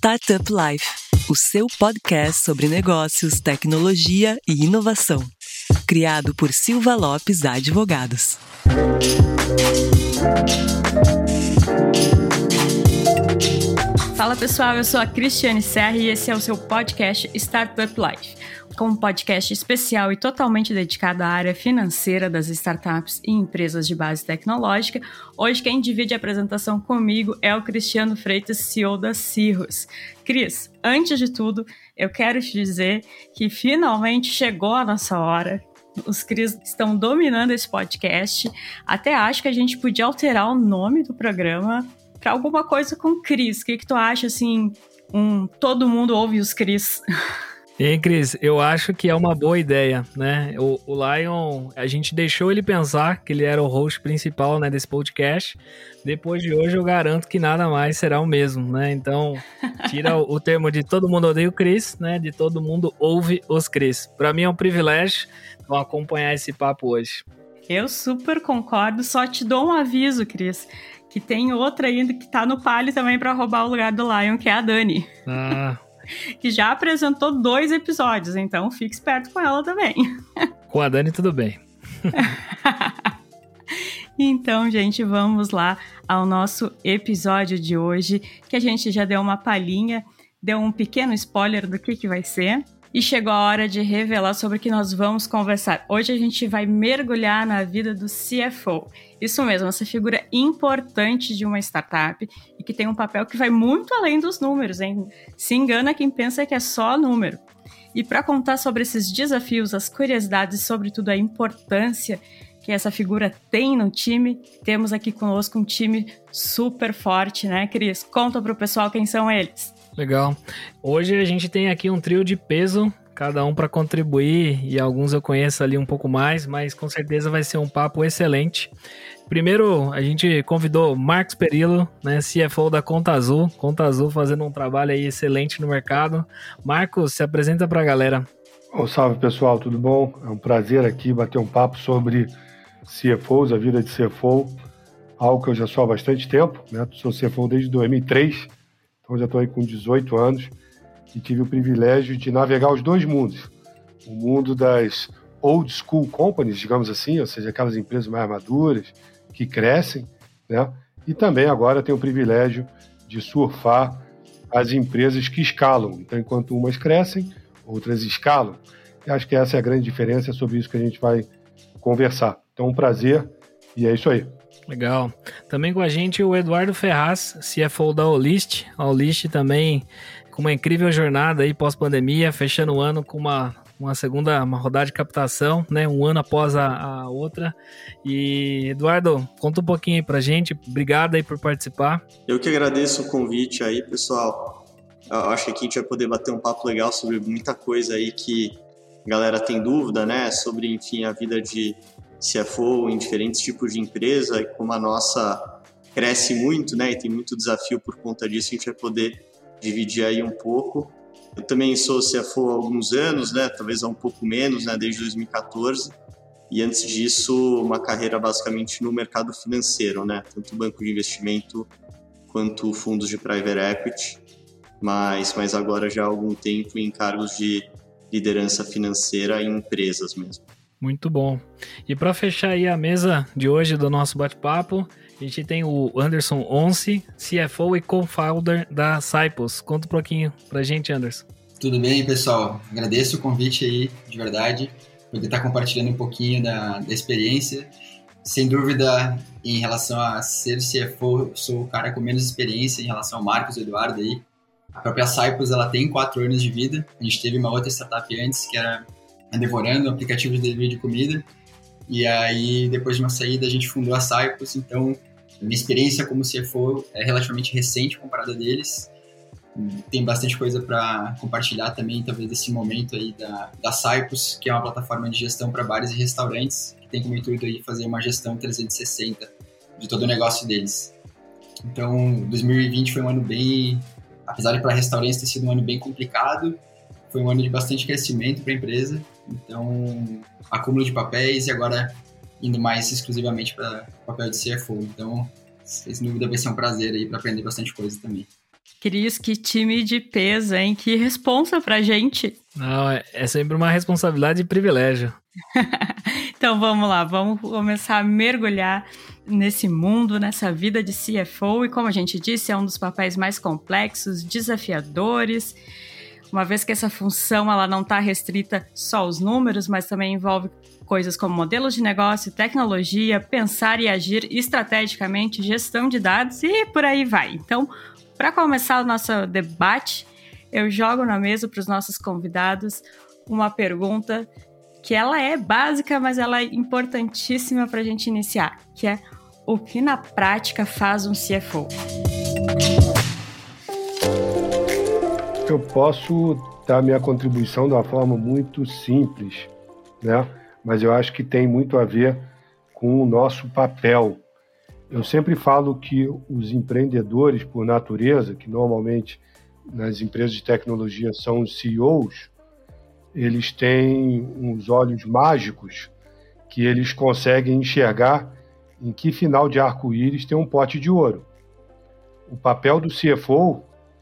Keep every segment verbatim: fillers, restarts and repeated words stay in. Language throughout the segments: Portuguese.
Startup Life, o seu podcast sobre negócios, tecnologia e inovação. Criado por Silva Lopes Advogados. Fala pessoal, eu sou a Cristiane Serra e esse é o seu podcast Startup Life, com um podcast especial e totalmente dedicado à área financeira das startups e empresas de base tecnológica. Hoje quem divide a apresentação comigo é o Cristiano Freitas, C E O da Cirrus. Cris, antes de tudo, eu quero te dizer que finalmente chegou a nossa hora. Os Cris estão dominando esse podcast. Até acho que a gente podia alterar o nome do programa para alguma coisa com Cris. O que, que tu acha, assim, um todo mundo ouve os Cris? E aí, Cris, eu acho que é uma boa ideia, né? O, o Lion, a gente deixou ele pensar que ele era o host principal, né, desse podcast. Depois de hoje, eu garanto que nada mais será o mesmo, né? Então, tira o, o termo de todo mundo odeia o Cris, né? De todo mundo ouve os Cris. Para mim é um privilégio então, acompanhar esse papo hoje. Eu super concordo, só te dou um aviso, Cris, que tem outra ainda que tá no palio também para roubar o lugar do Lion, que é a Dani. Ah... que já apresentou dois episódios, então fique esperto com ela também. Com a Dani tudo bem. Então, gente, vamos lá ao nosso episódio de hoje, que a gente já deu uma palhinha, deu um pequeno spoiler do que, que vai ser. E chegou a hora de revelar sobre o que nós vamos conversar. Hoje a gente vai mergulhar na vida do C F O. Isso mesmo, essa figura importante de uma startup e que tem um papel que vai muito além dos números, hein? Se engana quem pensa que é só número. E para contar sobre esses desafios, as curiosidades e, sobretudo, a importância que essa figura tem no time, temos aqui conosco um time super forte, né, Cris? Conta pro pessoal quem são eles. Legal. Hoje a gente tem aqui um trio de peso, cada um para contribuir, e alguns eu conheço ali um pouco mais, mas com certeza vai ser um papo excelente. Primeiro, a gente convidou Marcos Perillo, né, C F O da Conta Azul. Conta Azul fazendo um trabalho aí excelente no mercado. Marcos, se apresenta para a galera. Oh, salve pessoal, tudo bom? É um prazer aqui bater um papo sobre C F Os, a vida de C F O, algo que eu já sou há bastante tempo, né? Sou C F O desde dois mil e três, então já estou aí com dezoito anos e tive o privilégio de navegar os dois mundos. O mundo das old school companies, digamos assim, ou seja, aquelas empresas mais maduras, que crescem, né? E também agora tenho o privilégio de surfar as empresas que escalam. Então, enquanto umas crescem, outras escalam. E acho que essa é a grande diferença, é sobre isso que a gente vai conversar. Então, um prazer e é isso aí. Legal. Também com a gente o Eduardo Ferraz, C F O da Olist. A Olist também com uma incrível jornada aí pós-pandemia, fechando o ano com uma, uma segunda uma rodada de captação, né? Um ano após a, a outra. E, Eduardo, conta um pouquinho aí pra gente. Obrigado aí por participar. Eu que agradeço o convite aí, pessoal. Eu acho que aqui a gente vai poder bater um papo legal sobre muita coisa aí que a galera tem dúvida, né? Sobre, enfim, a vida de C F O em diferentes tipos de empresa e como a nossa cresce muito, né? E tem muito desafio por conta disso, a gente vai poder dividir aí um pouco. Eu também sou C F O há alguns anos, né? Talvez há um pouco menos, né? Desde dois mil e catorze. E antes disso, uma carreira basicamente no mercado financeiro, né? Tanto banco de investimento quanto fundos de private equity. Mas, mas agora já há algum tempo em cargos de liderança financeira em empresas mesmo. Muito bom. E para fechar aí a mesa de hoje do nosso bate-papo, a gente tem o Anderson Once, C F O e co-founder da Cypos. Conta um pouquinho pra gente, Anderson. Tudo bem, pessoal? Agradeço o convite aí, de verdade, poder estar compartilhando um pouquinho da, da experiência. Sem dúvida, em relação a ser C F O, sou o cara com menos experiência em relação ao Marcos e ao Eduardo aí. A própria Cypos, ela tem quatro anos de vida. A gente teve uma outra startup antes, que era a Devorando, um aplicativo de delivery de comida. E aí, depois de uma saída, a gente fundou a Cypos. Então, minha experiência como C F O é relativamente recente comparada deles. Tem bastante coisa para compartilhar também, talvez, desse momento aí da, da Cypos, que é uma plataforma de gestão para bares e restaurantes, que tem como intuito aí fazer uma gestão trezentos e sessenta de todo o negócio deles. Então, dois mil e vinte foi um ano bem... Apesar de para restaurantes ter sido um ano bem complicado, foi um ano de bastante crescimento para a empresa. Então, acúmulo de papéis e agora indo mais exclusivamente para o papel de C F O. Então, sem dúvida vai ser um prazer aí para aprender bastante coisa também. Cris, que time de peso, hein? Que responsa pra gente. Não, é, é sempre uma responsabilidade e privilégio. Então vamos lá, vamos começar a mergulhar nesse mundo, nessa vida de C F O. E como a gente disse, é um dos papéis mais complexos, desafiadores. Uma vez que essa função ela não está restrita só aos números, mas também envolve coisas como modelos de negócio, tecnologia, pensar e agir estrategicamente, gestão de dados e por aí vai. Então, para começar o nosso debate, eu jogo na mesa para os nossos convidados uma pergunta que ela é básica, mas ela é importantíssima para a gente iniciar, que é: o que na prática faz um C F O? Eu posso dar minha contribuição de uma forma muito simples, né? Mas eu acho que tem muito a ver com o nosso papel. Eu sempre falo que os empreendedores, por natureza, que normalmente nas empresas de tecnologia são os C E Os, eles têm uns olhos mágicos que eles conseguem enxergar em que final de arco-íris tem um pote de ouro. O papel do C F O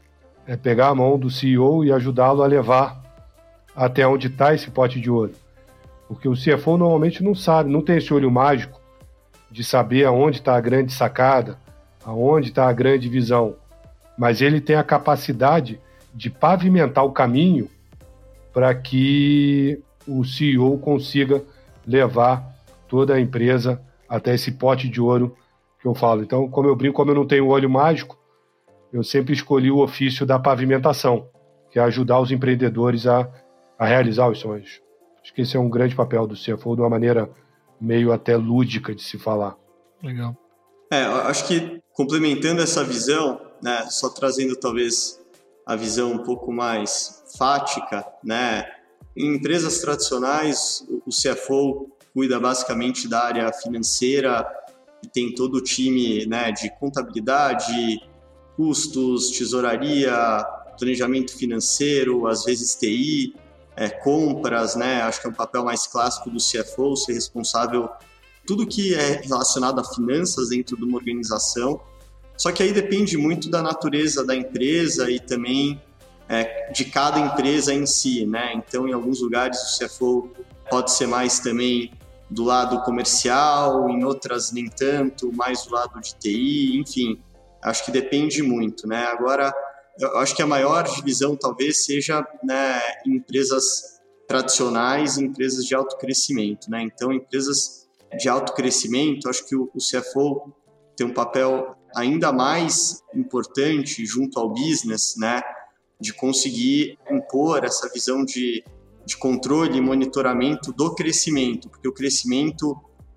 é pegar a mão do C E O e ajudá-lo a levar até onde está esse pote de ouro. Porque o C F O normalmente não sabe, não tem esse olho mágico de saber aonde está a grande sacada, aonde está a grande visão. Mas ele tem a capacidade de pavimentar o caminho para que o C E O consiga levar toda a empresa até esse pote de ouro que eu falo. Então, como eu brinco, como eu não tenho olho mágico, eu sempre escolhi o ofício da pavimentação, que é ajudar os empreendedores a, a realizar os sonhos. Acho que esse é um grande papel do C F O, de uma maneira meio até lúdica de se falar. Legal. É, eu acho que complementando essa visão, né, só trazendo talvez a visão um pouco mais fática, né, em empresas tradicionais, o C F O cuida basicamente da área financeira e tem todo o time, né, de contabilidade, custos, tesouraria, planejamento financeiro, às vezes T I, é, compras, né? Acho que é um papel mais clássico do C F O, ser responsável por tudo que é relacionado a finanças dentro de uma organização. Só que aí depende muito da natureza da empresa e também é, de cada empresa em si, né? Então, em alguns lugares o C F O pode ser mais também do lado comercial, em outras nem tanto, mais do lado de T I, enfim. Acho que depende muito, né? Agora, eu acho que a maior divisão talvez seja, né, em empresas tradicionais e empresas de alto crescimento, né? Então, empresas de alto crescimento, acho que o, o C F O tem um papel ainda mais importante junto ao business, né? De conseguir impor essa visão de, de controle e monitoramento do crescimento, porque o crescimento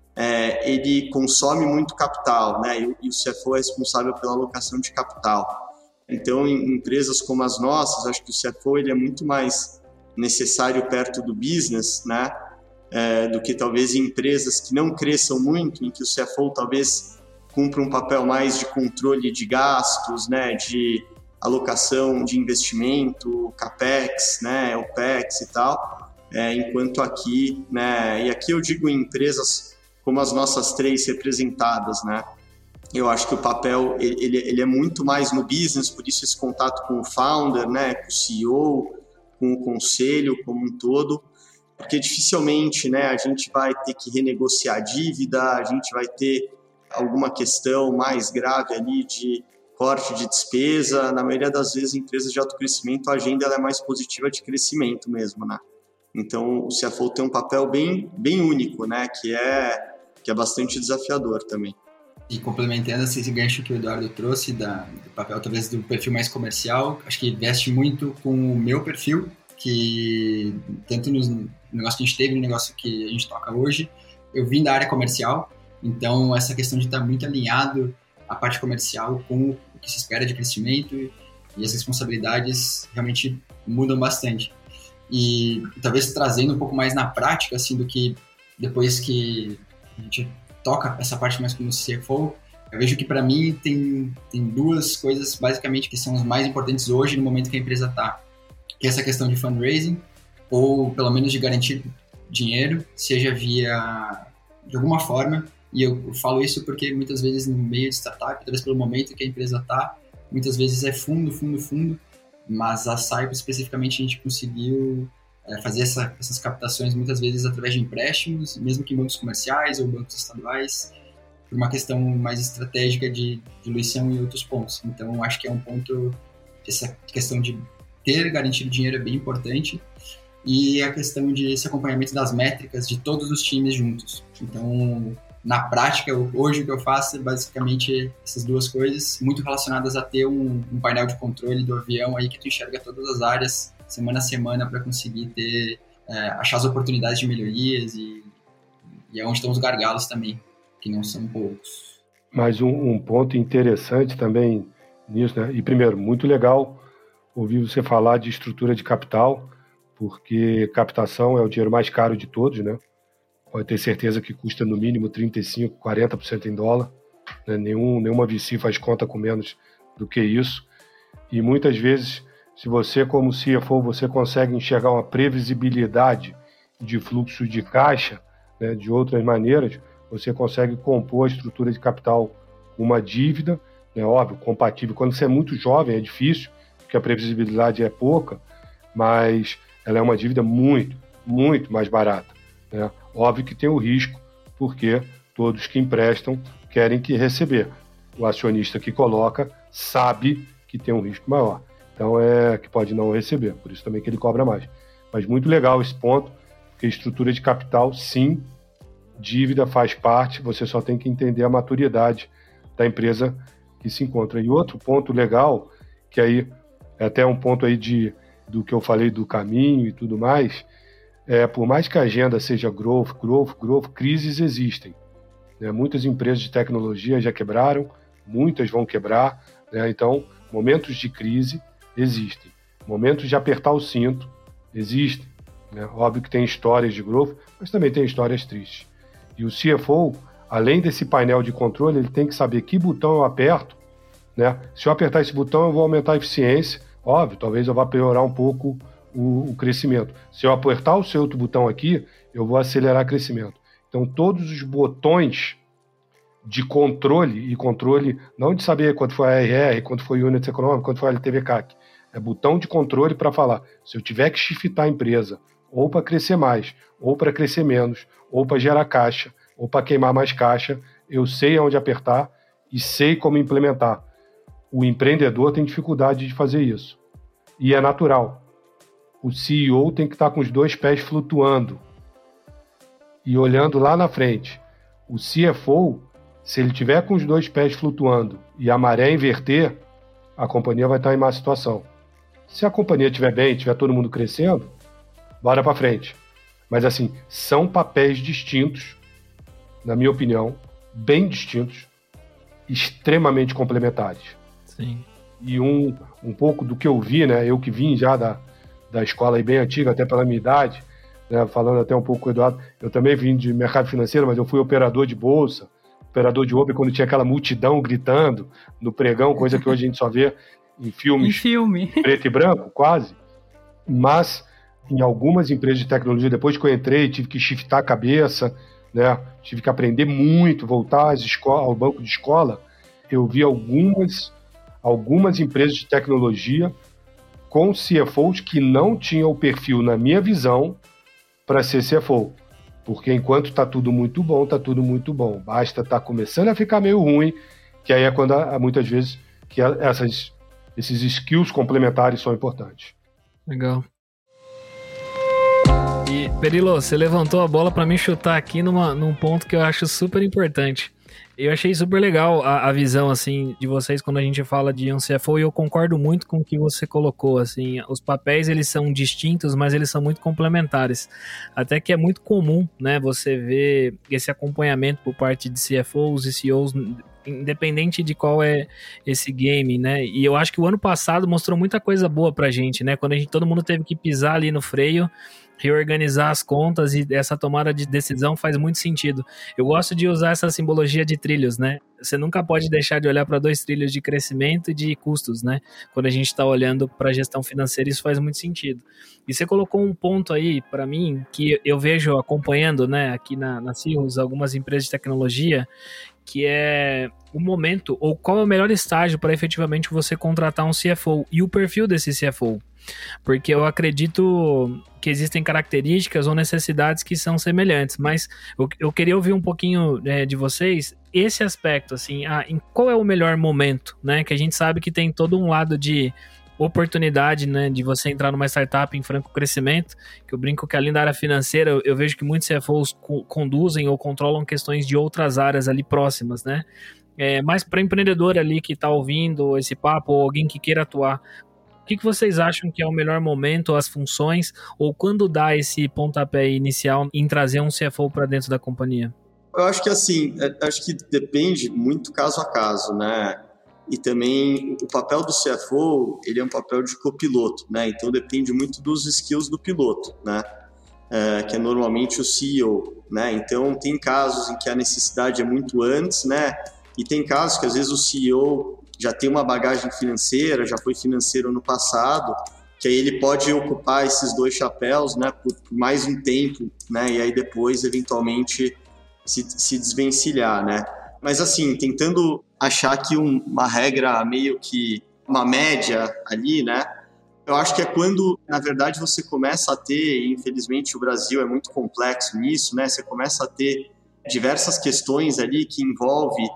É, ele consome muito capital, né? E, e o C F O é responsável pela alocação de capital. Então, em empresas como as nossas, acho que o C F O ele é muito mais necessário perto do business, né? É, do que talvez em empresas que não cresçam muito, em que o C F O talvez cumpra um papel mais de controle de gastos, né? De alocação de investimento, CAPEX, né? OPEX e tal. É, enquanto aqui, né? E aqui eu digo em empresas como as nossas três representadas, né? Eu acho que o papel ele, ele é muito mais no business, por isso esse contato com o founder, né? Com o C E O, com o conselho como um todo, porque dificilmente, né, a gente vai ter que renegociar a dívida, a gente vai ter alguma questão mais grave ali de corte de despesa. Na maioria das vezes, em empresas de alto crescimento, a agenda ela é mais positiva de crescimento mesmo, né? Então, o C F O tem um papel bem, bem único, né? Que é, que é bastante desafiador também. E complementando esse gancho que o Eduardo trouxe, da, do papel talvez do perfil mais comercial, acho que veste muito com o meu perfil, que tanto no negócio que a gente teve, no negócio que a gente toca hoje, eu vim da área comercial, então essa questão de estar muito alinhado a parte comercial com o que se espera de crescimento e as responsabilidades realmente mudam bastante. E talvez trazendo um pouco mais na prática, assim, do que depois que a gente toca essa parte mais como C F O, eu vejo que para mim tem, tem duas coisas basicamente que são as mais importantes hoje no momento que a empresa está, que é essa questão de fundraising, ou pelo menos de garantir dinheiro, seja via, de alguma forma, e eu, eu falo isso porque muitas vezes no meio de startup, talvez pelo momento que a empresa está, muitas vezes é fundo, fundo, fundo, mas a Saico especificamente a gente conseguiu é, fazer essa, essas captações muitas vezes através de empréstimos, mesmo que em bancos comerciais ou bancos estaduais, por uma questão mais estratégica de diluição em outros pontos. Então, acho que é um ponto, essa questão de ter garantido dinheiro é bem importante, e a questão de esse acompanhamento das métricas de todos os times juntos. Então, na prática, hoje o que eu faço é basicamente essas duas coisas, muito relacionadas a ter um, um painel de controle do avião aí que tu enxerga todas as áreas, semana a semana, para conseguir ter, é, achar as oportunidades de melhorias e, e é onde estão os gargalos também, que não são poucos. Mas um, um ponto interessante também nisso, né? E primeiro, muito legal ouvir você falar de estrutura de capital, porque captação é o dinheiro mais caro de todos, né? Pode ter certeza que custa no mínimo trinta e cinco por cento, quarenta por cento em dólar, né? Nenhum, nenhuma V C faz conta com menos do que isso. E muitas vezes, se você como C F O, você consegue enxergar uma previsibilidade de fluxo de caixa, né, de outras maneiras, você consegue compor a estrutura de capital com uma dívida, né, óbvio, compatível. Quando você é muito jovem é difícil, porque a previsibilidade é pouca, mas ela é uma dívida muito, muito mais barata, né? Óbvio que tem o risco, porque todos que emprestam querem que receber. O acionista que coloca sabe que tem um risco maior, então é que pode não receber, por isso também que ele cobra mais. Mas muito legal esse ponto, porque estrutura de capital, sim, dívida faz parte, você só tem que entender a maturidade da empresa que se encontra. E outro ponto legal, que aí é até um ponto aí de, do que eu falei do caminho e tudo mais, é, por mais que a agenda seja growth, growth, growth, crises existem, né? Muitas empresas de tecnologia já quebraram, muitas vão quebrar, né? Então, momentos de crise existem, momentos de apertar o cinto existem, né? Óbvio que tem histórias de growth, mas também tem histórias tristes. E o C F O, além desse painel de controle, ele tem que saber que botão eu aperto, né? Se eu apertar esse botão, eu vou aumentar a eficiência. Óbvio, talvez eu vá piorar um pouco o, o crescimento. Se eu apertar o seu outro botão aqui, eu vou acelerar o crescimento. Então, todos os botões de controle, e controle não de saber quanto foi a R R, quanto foi o Units Econômico, quanto foi a L T V C A C, é botão de controle para falar, se eu tiver que shiftar a empresa, ou para crescer mais, ou para crescer menos, ou para gerar caixa, ou para queimar mais caixa, eu sei aonde apertar e sei como implementar. O empreendedor tem dificuldade de fazer isso. E é natural. O C E O tem que estar com os dois pés flutuando e olhando lá na frente. O C F O, se ele tiver com os dois pés flutuando e a maré inverter, a companhia vai estar em má situação. Se a companhia estiver bem, estiver todo mundo crescendo, bora para frente. Mas assim, são papéis distintos, na minha opinião, bem distintos, extremamente complementares. Sim. E um, um pouco do que eu vi, né, eu que vim já da, da escola aí bem antiga, até pela minha idade, né, falando até um pouco com o Eduardo, eu também vim de mercado financeiro, mas eu fui operador de bolsa, operador de Uber quando tinha aquela multidão gritando no pregão, coisa que hoje a gente só vê em filmes em filme. preto e branco, quase. Mas em algumas empresas de tecnologia, depois que eu entrei, tive que shiftar a cabeça, né, tive que aprender muito, voltar às escola, ao banco de escola. Eu vi algumas, algumas empresas de tecnologia com C F Os que não tinham o perfil, na minha visão, para ser C F O. Porque enquanto está tudo muito bom, está tudo muito bom. Basta estar tá começando a ficar meio ruim, que aí é quando, muitas vezes, que essas, esses skills complementares são importantes. Legal. E, Perilo, você levantou a bola para me chutar aqui numa, num ponto que eu acho super importante. Eu achei super legal a, a visão, assim, de vocês quando a gente fala de um C F O, e eu concordo muito com o que você colocou, assim, os papéis, eles são distintos, mas eles são muito complementares, até que é muito comum, né, você ver esse acompanhamento por parte de C F Os e C E Os, independente de qual é esse game, né, e eu acho que o ano passado mostrou muita coisa boa pra gente, né, quando a gente, todo mundo teve que pisar ali no freio reorganizar as contas e essa tomada de decisão faz muito sentido. Eu gosto de usar essa simbologia de trilhos, né? Você nunca pode deixar de olhar para dois trilhos de crescimento e de custos, né? Quando a gente está olhando para a gestão financeira, isso faz muito sentido. E você colocou um ponto aí, para mim, que eu vejo acompanhando, né, aqui na, na Cirrus, algumas empresas de tecnologia, que é o momento, ou qual é o melhor estágio para efetivamente você contratar um C F O e o perfil desse C F O. Porque eu acredito que existem características ou necessidades que são semelhantes, mas eu, eu queria ouvir um pouquinho é, de vocês esse aspecto, assim, ah, em qual é o melhor momento, né? Que a gente sabe que tem todo um lado de oportunidade, né, de você entrar numa startup em franco crescimento, que eu brinco que além da área financeira, eu, eu vejo que muitos C F Os co- conduzem ou controlam questões de outras áreas ali próximas, né? É, mas para empreendedor ali que está ouvindo esse papo, ou alguém que queira atuar, o que, que vocês acham que é o melhor momento, as funções, ou quando dá esse pontapé inicial em trazer um C F O para dentro da companhia? Eu acho que assim, acho que depende muito caso a caso, né? E também o papel do C F O, ele é um papel de copiloto, né? Então depende muito dos skills do piloto, né? É, que é normalmente o C E O, né? Então tem casos em que a necessidade é muito antes, né? E tem casos que às vezes o C E O já tem uma bagagem financeira, já foi financeiro no passado, que aí ele pode ocupar esses dois chapéus, né? Por, por mais um tempo, né? E aí depois, eventualmente, se, se desvencilhar, né? Mas assim, tentando achar aqui um, uma regra meio que uma média ali, né? Eu acho que é quando, na verdade, você começa a ter, e infelizmente o Brasil é muito complexo nisso, né? Você começa a ter diversas questões ali que envolvem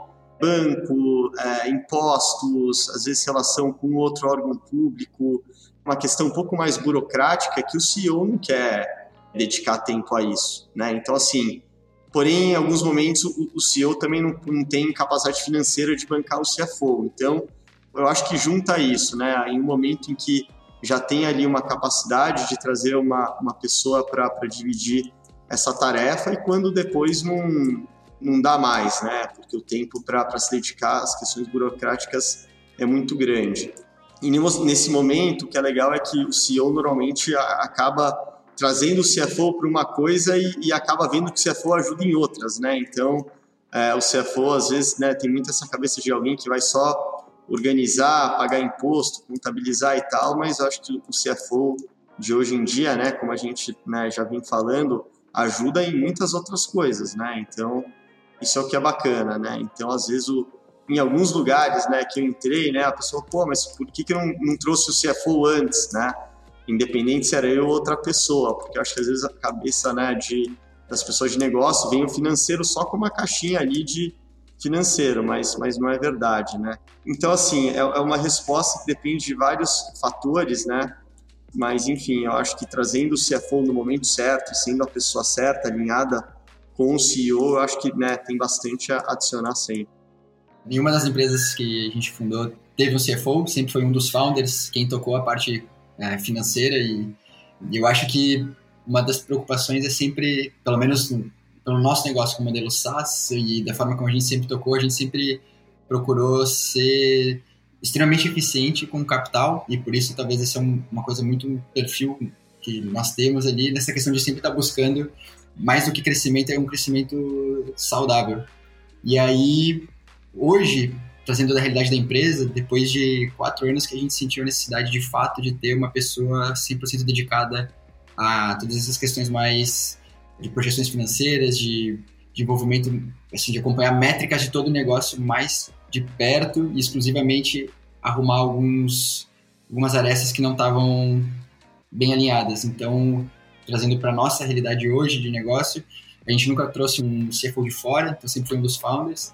banco, é, impostos, às vezes relação com outro órgão público, uma questão um pouco mais burocrática que o C E O não quer dedicar tempo a isso, né? Então, assim, porém, em alguns momentos, o C E O também não, não tem capacidade financeira de bancar o C F O. Então, eu acho que junta isso, né? Em um momento em que já tem ali uma capacidade de trazer uma, uma pessoa para dividir essa tarefa e quando depois não, não dá mais, né? Porque o tempo para se dedicar às questões burocráticas é muito grande. E nesse momento, o que é legal é que o C E O normalmente acaba trazendo o C F O para uma coisa e, e acaba vendo que o C F O ajuda em outras, né? Então, é, o C F O, às vezes, né, tem muito essa cabeça de alguém que vai só organizar, pagar imposto, contabilizar e tal, mas eu acho que o C F O de hoje em dia, né, como a gente, né, já vem falando, ajuda em muitas outras coisas, né? Então, isso é o que é bacana, né? Então, às vezes, o, em alguns lugares, né, que eu entrei, né, a pessoa, pô, mas por que que não, não trouxe o C F O antes, né? Independente se era eu ou outra pessoa, porque eu acho que às vezes a cabeça, né, de, das pessoas de negócio vem o financeiro só com uma caixinha ali de financeiro, mas, mas não é verdade, né? Então, assim, é, é uma resposta que depende de vários fatores, né? Mas, enfim, eu acho que trazendo o C F O no momento certo, sendo a pessoa certa, alinhada com o C E O, eu acho que, né, tem bastante a adicionar sempre. Nenhuma das empresas que a gente fundou teve um C F O, sempre foi um dos founders quem tocou a parte é, financeira e, e eu acho que uma das preocupações é sempre, pelo menos pelo nosso negócio com o modelo SaaS e da forma como a gente sempre tocou, a gente sempre procurou ser extremamente eficiente com o capital e por isso talvez essa é um, uma coisa muito um perfil que nós temos ali nessa questão de sempre estar buscando mais do que crescimento, é um crescimento saudável. E aí, hoje, trazendo da realidade da empresa, depois de quatro anos que a gente sentiu a necessidade de fato de ter uma pessoa cem por cento dedicada a todas essas questões mais de projeções financeiras, de, de envolvimento, assim, de acompanhar métricas de todo o negócio mais de perto e exclusivamente arrumar alguns, algumas arestas que não estavam bem alinhadas. Então, trazendo para a nossa realidade hoje de negócio, a gente nunca trouxe um C F O de fora, então sempre foi um dos founders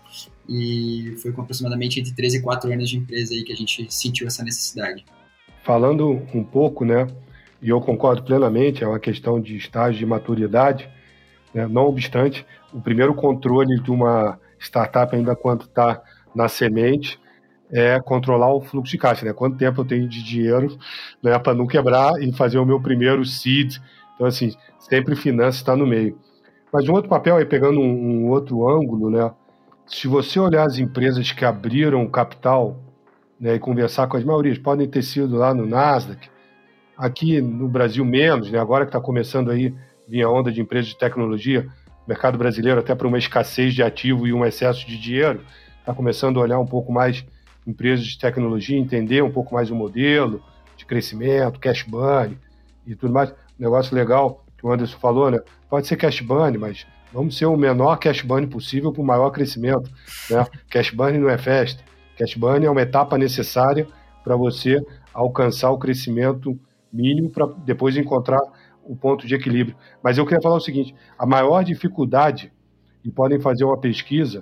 e foi com aproximadamente entre três e quatro anos de empresa aí que a gente sentiu essa necessidade. Falando um pouco, né, e eu concordo plenamente, é uma questão de estágio de maturidade, né, não obstante, o primeiro controle de uma startup ainda quando está na semente é controlar o fluxo de caixa, né? Quanto tempo eu tenho de dinheiro, né, para não quebrar e fazer o meu primeiro seed. Então, assim, sempre finanças está no meio. Mas um outro papel, aí pegando um, um outro ângulo, né? Se você olhar as empresas que abriram capital, né, e conversar com as maiorias, podem ter sido lá no Nasdaq, aqui no Brasil menos, né? Agora que está começando aí vir a onda de empresas de tecnologia, o mercado brasileiro até para uma escassez de ativo e um excesso de dinheiro, está começando a olhar um pouco mais empresas de tecnologia, entender um pouco mais o modelo de crescimento, cash burn e tudo mais. Um negócio legal que o Anderson falou, né? Pode ser cash burn, mas vamos ser o menor cash burn possível para o maior crescimento, né? Cash burn não é festa. Cash burn é uma etapa necessária para você alcançar o crescimento mínimo para depois encontrar o ponto de equilíbrio. Mas eu queria falar o seguinte, a maior dificuldade, e podem fazer uma pesquisa,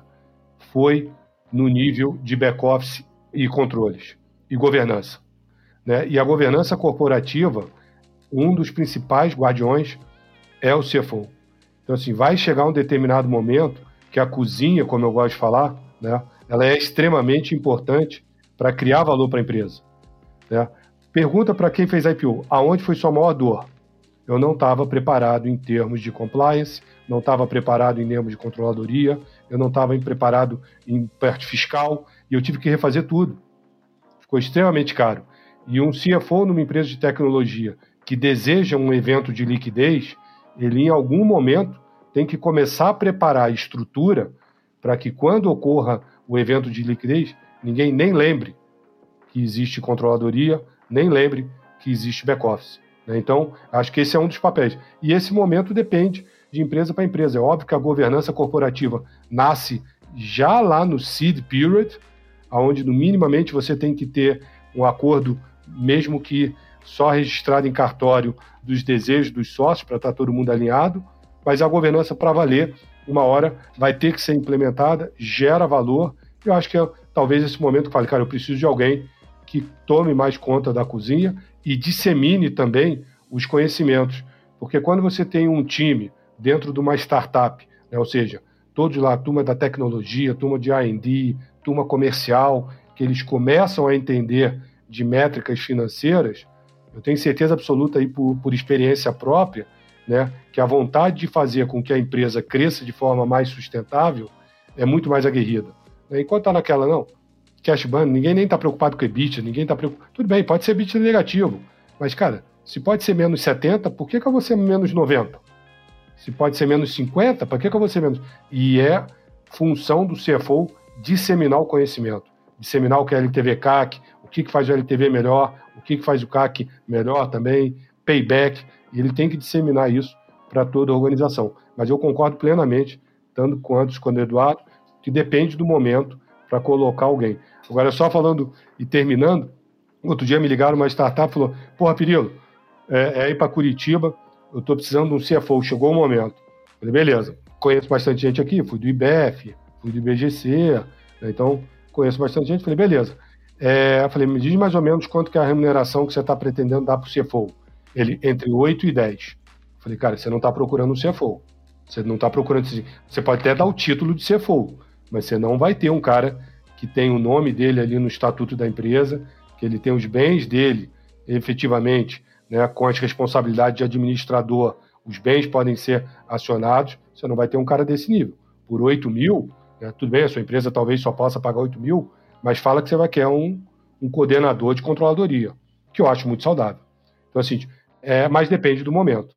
foi no nível de back-office e controles, e governança, né? E a governança corporativa, um dos principais guardiões é o C F O. Então, assim, vai chegar um determinado momento que a cozinha, como eu gosto de falar, né, ela é extremamente importante para criar valor para a empresa, né? Pergunta para quem fez I P O, aonde foi sua maior dor? Eu não estava preparado em termos de compliance, não estava preparado em termos de controladoria, eu não estava preparado em parte fiscal, e eu tive que refazer tudo. Ficou extremamente caro. E um C F O numa empresa de tecnologia que deseja um evento de liquidez, ele em algum momento tem que começar a preparar a estrutura para que quando ocorra o evento de liquidez, ninguém nem lembre que existe controladoria, nem lembre que existe back-office. Então, acho que esse é um dos papéis. E esse momento depende de empresa para empresa. É óbvio que a governança corporativa nasce já lá no seed period, onde, minimamente, você tem que ter um acordo, mesmo que só registrado em cartório, dos desejos dos sócios, para estar todo mundo alinhado, mas a governança, para valer, uma hora vai ter que ser implementada, gera valor. Eu acho que é talvez esse momento que eu fale, cara, eu preciso de alguém que tome mais conta da cozinha e dissemine também os conhecimentos. Porque quando você tem um time dentro de uma startup, né, ou seja, todos lá, turma da tecnologia, turma de R and D, turma comercial, que eles começam a entender de métricas financeiras, eu tenho certeza absoluta aí por, por experiência própria, né, que a vontade de fazer com que a empresa cresça de forma mais sustentável é muito mais aguerrida. Enquanto está naquela, não, cash burn, ninguém nem está preocupado com EBITDA, ninguém está preocupado. Tudo bem, pode ser EBITDA negativo, mas, cara, se pode ser menos setenta, por que, que eu vou ser menos noventa? Se pode ser menos cinquenta, por que, que eu vou ser menos? E é função do C F O disseminar o conhecimento, disseminar o que é L T V C A C, o que, que faz o L T V melhor, o que, que faz o C A C melhor também, payback, e ele tem que disseminar isso para toda a organização. Mas eu concordo plenamente, tanto quanto com o Eduardo, que depende do momento para colocar alguém. Agora, só falando e terminando, outro dia me ligaram uma startup e falou, porra, Pirilo, é, é ir para Curitiba, eu estou precisando de um C F O, chegou o momento. Eu falei, beleza, conheço bastante gente aqui, fui do I B F, fui do I B G C, né, então conheço bastante gente, falei, beleza. É, eu falei, me diz mais ou menos quanto que é a remuneração que você está pretendendo dar para o C F O. Ele, entre oito e dez. Eu falei, cara, você não está procurando um C F O. Você não está procurando... Você pode até dar o título de C F O, mas você não vai ter um cara que tem o nome dele ali no estatuto da empresa, que ele tem os bens dele, efetivamente, né, com as responsabilidades de administrador, os bens podem ser acionados, você não vai ter um cara desse nível. Por oito mil, né, tudo bem, a sua empresa talvez só possa pagar oito mil, mas fala que você vai querer um, um coordenador de controladoria, que eu acho muito saudável. Então, assim, é, mas depende do momento.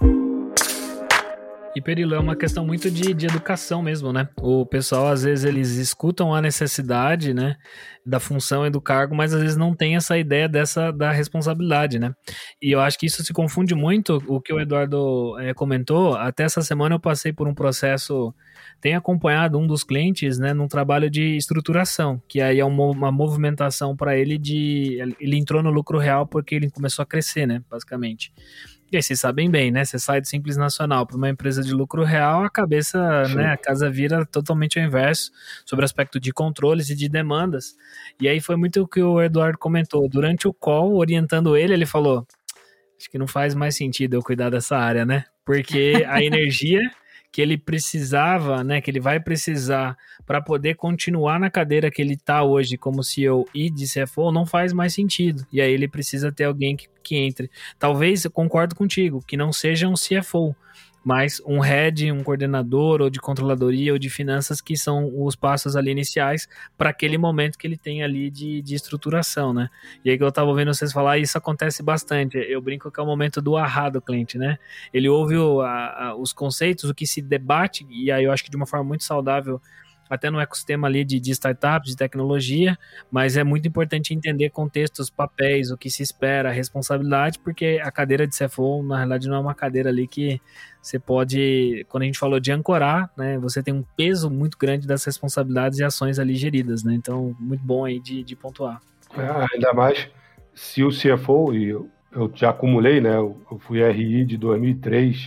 E, Perilo, é uma questão muito de, de educação mesmo, né? O pessoal, às vezes, eles escutam a necessidade, né, da função e do cargo, mas às vezes não tem essa ideia dessa, da responsabilidade, né? E eu acho que isso se confunde muito, o que o Eduardo é, comentou. Até essa semana eu passei por um processo, tenho acompanhado um dos clientes, né, num trabalho de estruturação, que aí é uma, uma movimentação para ele de... Ele entrou no lucro real porque ele começou a crescer, né, basicamente. E aí vocês sabem bem, né? Você sai do Simples Nacional para uma empresa de lucro real, a cabeça, Sim. né? A casa vira totalmente ao inverso sobre o aspecto de controles e de demandas. E aí foi muito o que o Eduardo comentou. Durante o call, orientando ele, ele falou, acho que não faz mais sentido eu cuidar dessa área, né? Porque a energia que ele precisava, né, que ele vai precisar para poder continuar na cadeira que ele está hoje como C E O e de C F O, não faz mais sentido. E aí ele precisa ter alguém que, que entre. Talvez, eu concordo contigo, que não seja um C F O, mas um head, um coordenador, ou de controladoria, ou de finanças, que são os passos ali iniciais para aquele momento que ele tem ali de, de estruturação, né? E aí que eu estava ouvindo vocês falar, isso acontece bastante. Eu brinco que é o momento do ahá do cliente, né? Ele ouve o, a, a, os conceitos, o que se debate, e aí eu acho que de uma forma muito saudável, até no ecossistema ali de, de startups, de tecnologia, mas é muito importante entender contextos, papéis, o que se espera, a responsabilidade, porque a cadeira de C F O, na realidade, não é uma cadeira ali que você pode, quando a gente falou de ancorar, né, você tem um peso muito grande das responsabilidades e ações ali geridas, né, então, muito bom aí de, de pontuar. É, ainda mais se o C F O, e eu, eu já acumulei, né, eu, eu fui R I de dois mil e três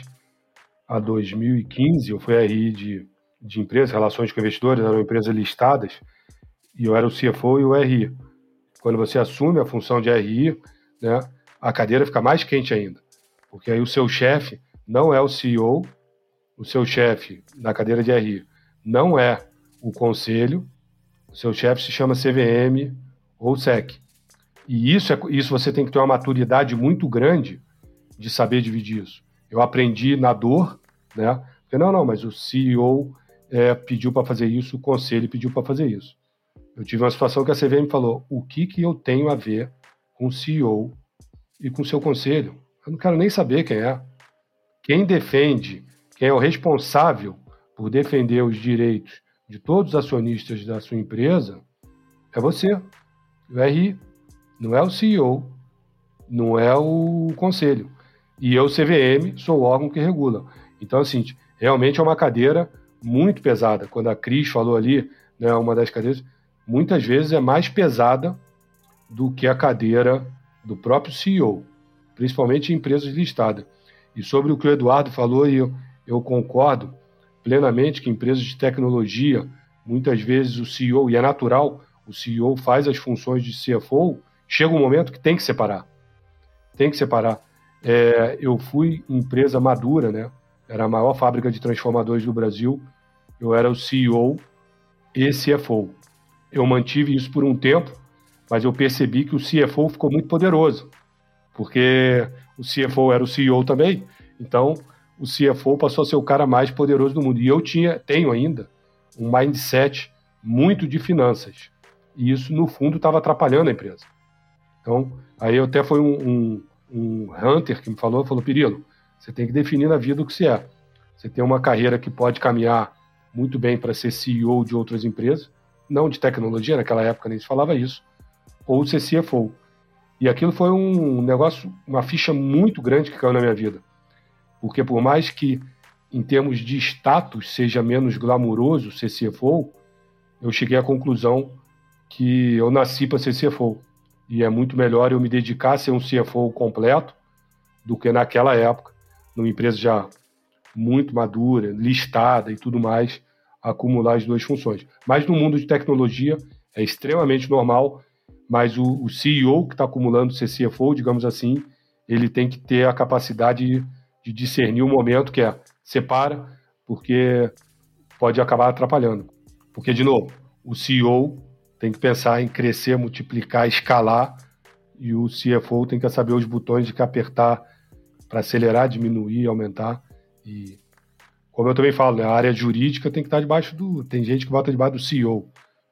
a dois mil e quinze, eu fui R I de de empresas, relações com investidores, eram empresas listadas, e eu era o C F O e o R I. Quando você assume a função de R I, né, a cadeira fica mais quente ainda, porque aí o seu chefe não é o C E O, o seu chefe na cadeira de R I não é o conselho, o seu chefe se chama C V M ou S E C. E isso, é, isso você tem que ter uma maturidade muito grande de saber dividir isso. Eu aprendi na dor, né? Porque não, não, mas o C E O É, pediu para fazer isso, o conselho pediu para fazer isso. Eu tive uma situação que a C V M falou, o que, que eu tenho a ver com o C E O e com o seu conselho? Eu não quero nem saber quem é. Quem defende, quem é o responsável por defender os direitos de todos os acionistas da sua empresa é você, o R I. Não é o C E O, não é o conselho. E eu, C V M, sou o órgão que regula. Então, assim, realmente é uma cadeira muito pesada. Quando a Cris falou ali, né, uma das cadeiras, muitas vezes é mais pesada do que a cadeira do próprio C E O, principalmente em empresas listadas. E sobre o que o Eduardo falou, eu, eu concordo plenamente que empresas de tecnologia, muitas vezes o C E O, e é natural, o C E O faz as funções de C F O, chega um momento que tem que separar. Tem que separar. É, eu fui empresa madura, né? Era a maior fábrica de transformadores do Brasil. Eu era o C E O e C F O. Eu mantive isso por um tempo, mas eu percebi que o C F O ficou muito poderoso, porque o C F O era o C E O também, então o C F O passou a ser o cara mais poderoso do mundo. E eu tinha, tenho ainda um mindset muito de finanças. E isso, no fundo, estava atrapalhando a empresa. Então, aí até foi um, um, um hunter que me falou, falou, Pirillo, você tem que definir na vida o que você é. Você tem uma carreira que pode caminhar muito bem para ser C E O de outras empresas, não de tecnologia, naquela época nem se falava isso, ou ser C F O. E aquilo foi um negócio, uma ficha muito grande que caiu na minha vida. Porque por mais que, em termos de status, seja menos glamuroso ser C F O, eu cheguei à conclusão que eu nasci para ser C F O. E é muito melhor eu me dedicar a ser um C F O completo do que naquela época, numa empresa já muito madura, listada e tudo mais, acumular as duas funções. Mas no mundo de tecnologia é extremamente normal, mas o, o C E O que está acumulando ser C F O, digamos assim, ele tem que ter a capacidade de, de discernir o momento que é separa, porque pode acabar atrapalhando. Porque, de novo, o C E O tem que pensar em crescer, multiplicar, escalar, e o C F O tem que saber os botões de que apertar para acelerar, diminuir, aumentar. E, como eu também falo, né, a área jurídica tem que estar debaixo do... Tem gente que bota debaixo do C E O.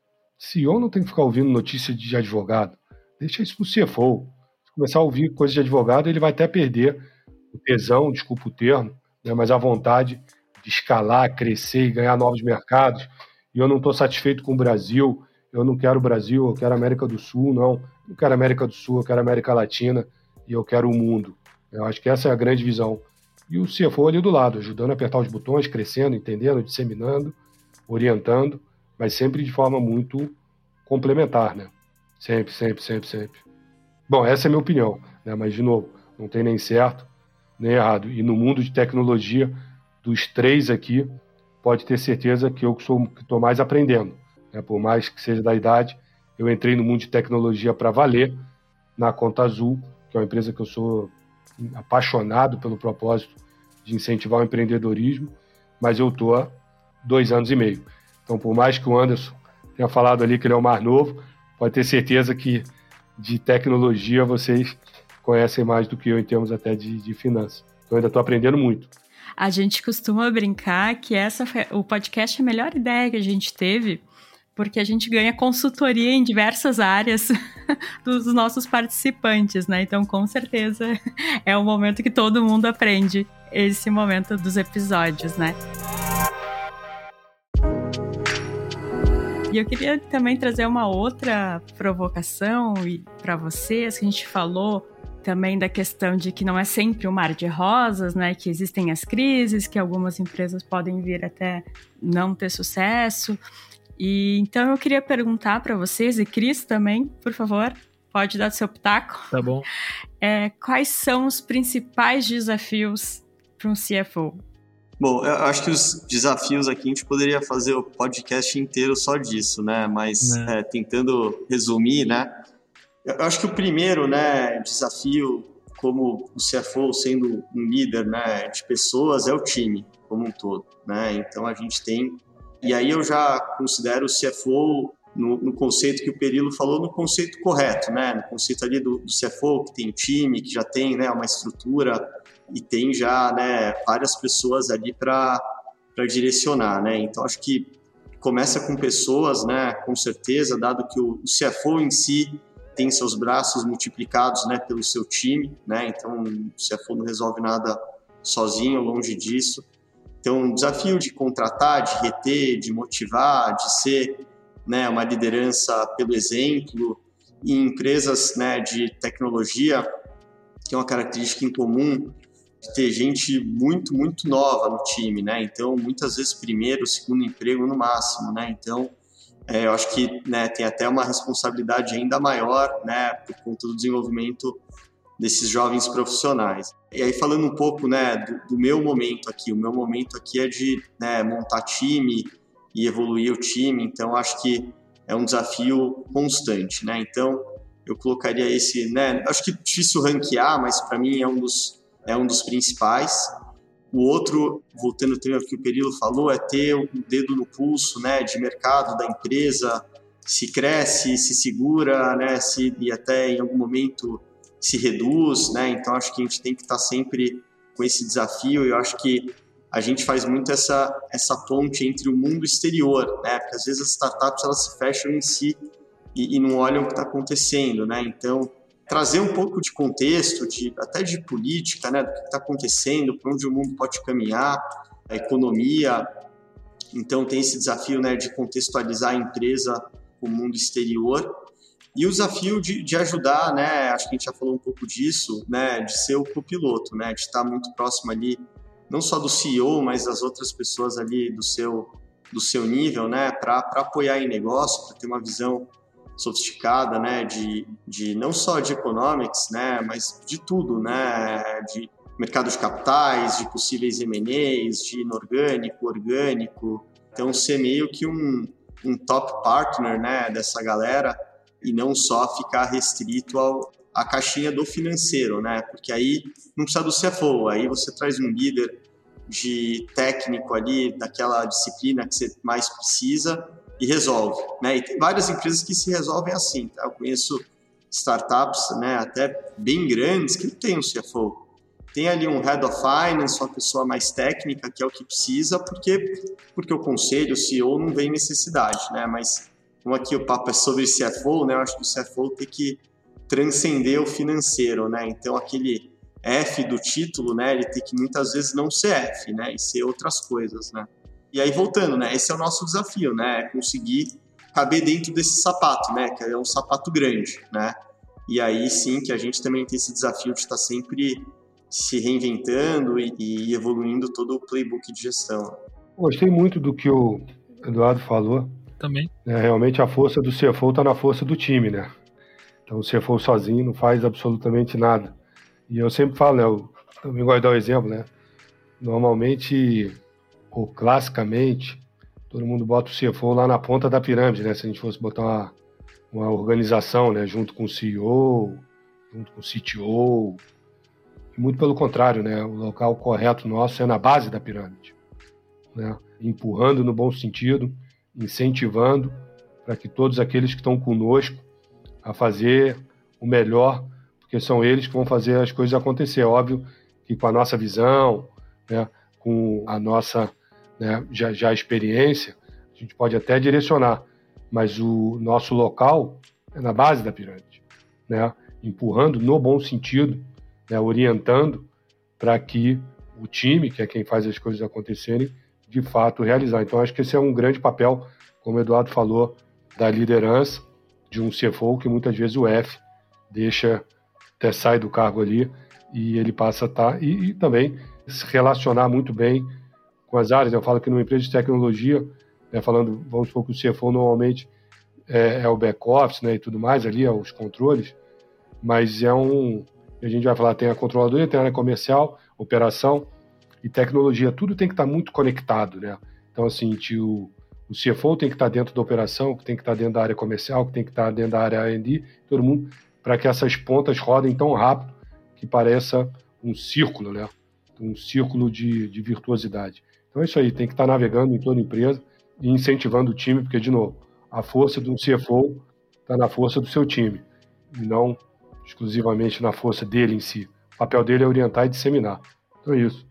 C E O não tem que ficar ouvindo notícia de advogado. Deixa isso para o C F O. Se começar a ouvir coisa de advogado, ele vai até perder o tesão, desculpa o termo, né, mas a vontade de escalar, crescer e ganhar novos mercados. E eu não estou satisfeito com o Brasil, eu não quero o Brasil, eu quero a América do Sul, não. Eu não quero a América do Sul, eu quero a América Latina e eu quero o mundo. Eu acho que essa é a grande visão. E o C F O ali do lado, ajudando a apertar os botões, crescendo, entendendo, disseminando, orientando, mas sempre de forma muito complementar, né? Sempre, sempre, sempre, sempre. Bom, essa é a minha opinião, né? Mas, de novo, não tem nem certo, nem errado. E no mundo de tecnologia, dos três aqui, pode ter certeza que eu que sou que estou mais aprendendo, né? Por mais que seja da idade, eu entrei no mundo de tecnologia para valer na Conta Azul, que é uma empresa que eu sou apaixonado pelo propósito de incentivar o empreendedorismo, mas eu estou há dois anos e meio. Então, por mais que o Anderson tenha falado ali que ele é o mais novo, pode ter certeza que de tecnologia vocês conhecem mais do que eu em termos até de, de finanças. Então, eu ainda estou aprendendo muito. A gente costuma brincar que essa foi, o podcast é a melhor ideia que a gente teve, porque a gente ganha consultoria em diversas áreas dos nossos participantes, né? Então, com certeza, é o momento que todo mundo aprende, esse momento dos episódios, né? E eu queria também trazer uma outra provocação para vocês, que a gente falou também da questão de que não é sempre um mar de rosas, né? Que existem as crises, que algumas empresas podem vir até não ter sucesso. E então eu queria perguntar para vocês, e Cris também, por favor, pode dar seu pitaco. Tá bom. É, quais são os principais desafios para um C F O? Bom, eu acho que os desafios aqui, a gente poderia fazer o podcast inteiro só disso, né? Mas é. É, tentando resumir, né? Eu acho que o primeiro, né, desafio como o C F O sendo um líder, né, de pessoas é o time como um todo, né? Então a gente tem... E aí eu já considero o C F O no, no conceito que o Perillo falou, no conceito correto, né? No conceito ali do, do C F O, que tem time, que já tem, né, uma estrutura e tem já, né, várias pessoas ali para para direcionar, né? Então acho que começa com pessoas, né, com certeza, dado que o, o C F O em si tem seus braços multiplicados, né, pelo seu time, né? Então o C F O não resolve nada sozinho, longe disso. Então, um desafio de contratar, de reter, de motivar, de ser, né, uma liderança pelo exemplo. E em empresas, né, de tecnologia, que é uma característica em comum, de ter gente muito, muito nova no time, né? Então, muitas vezes, primeiro, segundo emprego no máximo, né? Então, é, eu acho que, né, tem até uma responsabilidade ainda maior, né, por conta do desenvolvimento desses jovens profissionais. E aí, falando um pouco, né, do, do meu momento aqui, o meu momento aqui é de, né, montar time e evoluir o time, então acho que é um desafio constante, né? Então, eu colocaria esse, né, acho que é difícil ranquear, mas para mim é um dos, é um dos principais. O outro, voltando ao tema que o Perillo falou, é ter o dedo no pulso, né, de mercado da empresa, se cresce, se segura, né, se, e até em algum momento se reduz, né? Então acho que a gente tem que estar sempre com esse desafio. Eu acho que a gente faz muito essa, essa ponte entre o mundo exterior, né? Porque às vezes as startups elas se fecham em si e, e não olham o que está acontecendo, né? Então trazer um pouco de contexto, de, até de política, né? Do que está acontecendo, para onde o mundo pode caminhar, a economia. Então tem esse desafio, né, de contextualizar a empresa com o mundo exterior. E o desafio de, de ajudar, né, acho que a gente já falou um pouco disso, né, de ser o copiloto, né, de estar muito próximo ali, não só do C E O, mas das outras pessoas ali do seu, do seu nível, né, para apoiar em negócio, para ter uma visão sofisticada, né, de, de não só de economics, né, mas de tudo, né, de mercado de capitais, de possíveis M and As, de inorgânico, orgânico. Então, ser meio que um, um top partner, né, dessa galera, e não só ficar restrito ao, à caixinha do financeiro, né? Porque aí não precisa do C F O, aí você traz um líder de técnico ali, daquela disciplina que você mais precisa e resolve, né? E tem várias empresas que se resolvem assim, tá? Eu conheço startups, né, até bem grandes que não tem um C F O. Tem ali um Head of Finance, uma pessoa mais técnica, que é o que precisa, porque, porque o conselho, o C E O, não vê necessidade, né? Mas como aqui o papo é sobre C F O, né? Eu acho que o C F O tem que transcender o financeiro, né? Então, aquele F do título, né? Ele tem que muitas vezes não ser F, né? E ser outras coisas, né? E aí, voltando, né? Esse é o nosso desafio, né? É conseguir caber dentro desse sapato, né? Que é um sapato grande, né? E aí, sim, que a gente também tem esse desafio de estar sempre se reinventando e, e evoluindo todo o playbook de gestão. Gostei muito do que o Eduardo falou. Também. É, realmente a força do C F O está na força do time, né? Então o C F O sozinho não faz absolutamente nada. E eu sempre falo, né? Eu também gosto de dar um exemplo, né? Normalmente, ou classicamente, todo mundo bota o C F O lá na ponta da pirâmide, né? Se a gente fosse botar uma, uma organização, né? Junto com o C E O, junto com o C T O. E muito pelo contrário, né? O local correto nosso é na base da pirâmide, né? Empurrando no bom sentido, incentivando para que todos aqueles que estão conosco a fazer o melhor, porque são eles que vão fazer as coisas acontecer. Óbvio que com a nossa visão, né, com a nossa, né, já, já experiência, a gente pode até direcionar, mas o nosso local é na base da pirâmide, né, empurrando no bom sentido, né, orientando para que o time, que é quem faz as coisas acontecerem, de fato realizar. Então, acho que esse é um grande papel, como o Eduardo falou, da liderança de um C F O, que muitas vezes o F deixa, até sai do cargo ali, e ele passa a estar, e, e também se relacionar muito bem com as áreas. Eu falo que numa empresa de tecnologia, né, falando, vamos supor que o C F O normalmente é, é o back-office, né, e tudo mais ali, é os controles, mas é um... A gente vai falar, tem a controladoria, tem a área comercial, operação e tecnologia. Tudo tem que estar muito conectado, né? Então, assim, o, o C F O tem que estar dentro da operação, que tem que estar dentro da área comercial, que tem que estar dentro da área R and D, todo mundo, para que essas pontas rodem tão rápido que pareça um círculo, né? Um círculo de, de virtuosidade. Então é isso aí, tem que estar navegando em toda a empresa e incentivando o time, porque, de novo, a força do C F O está na força do seu time, e não exclusivamente na força dele em si. O papel dele é orientar e disseminar. Então é isso.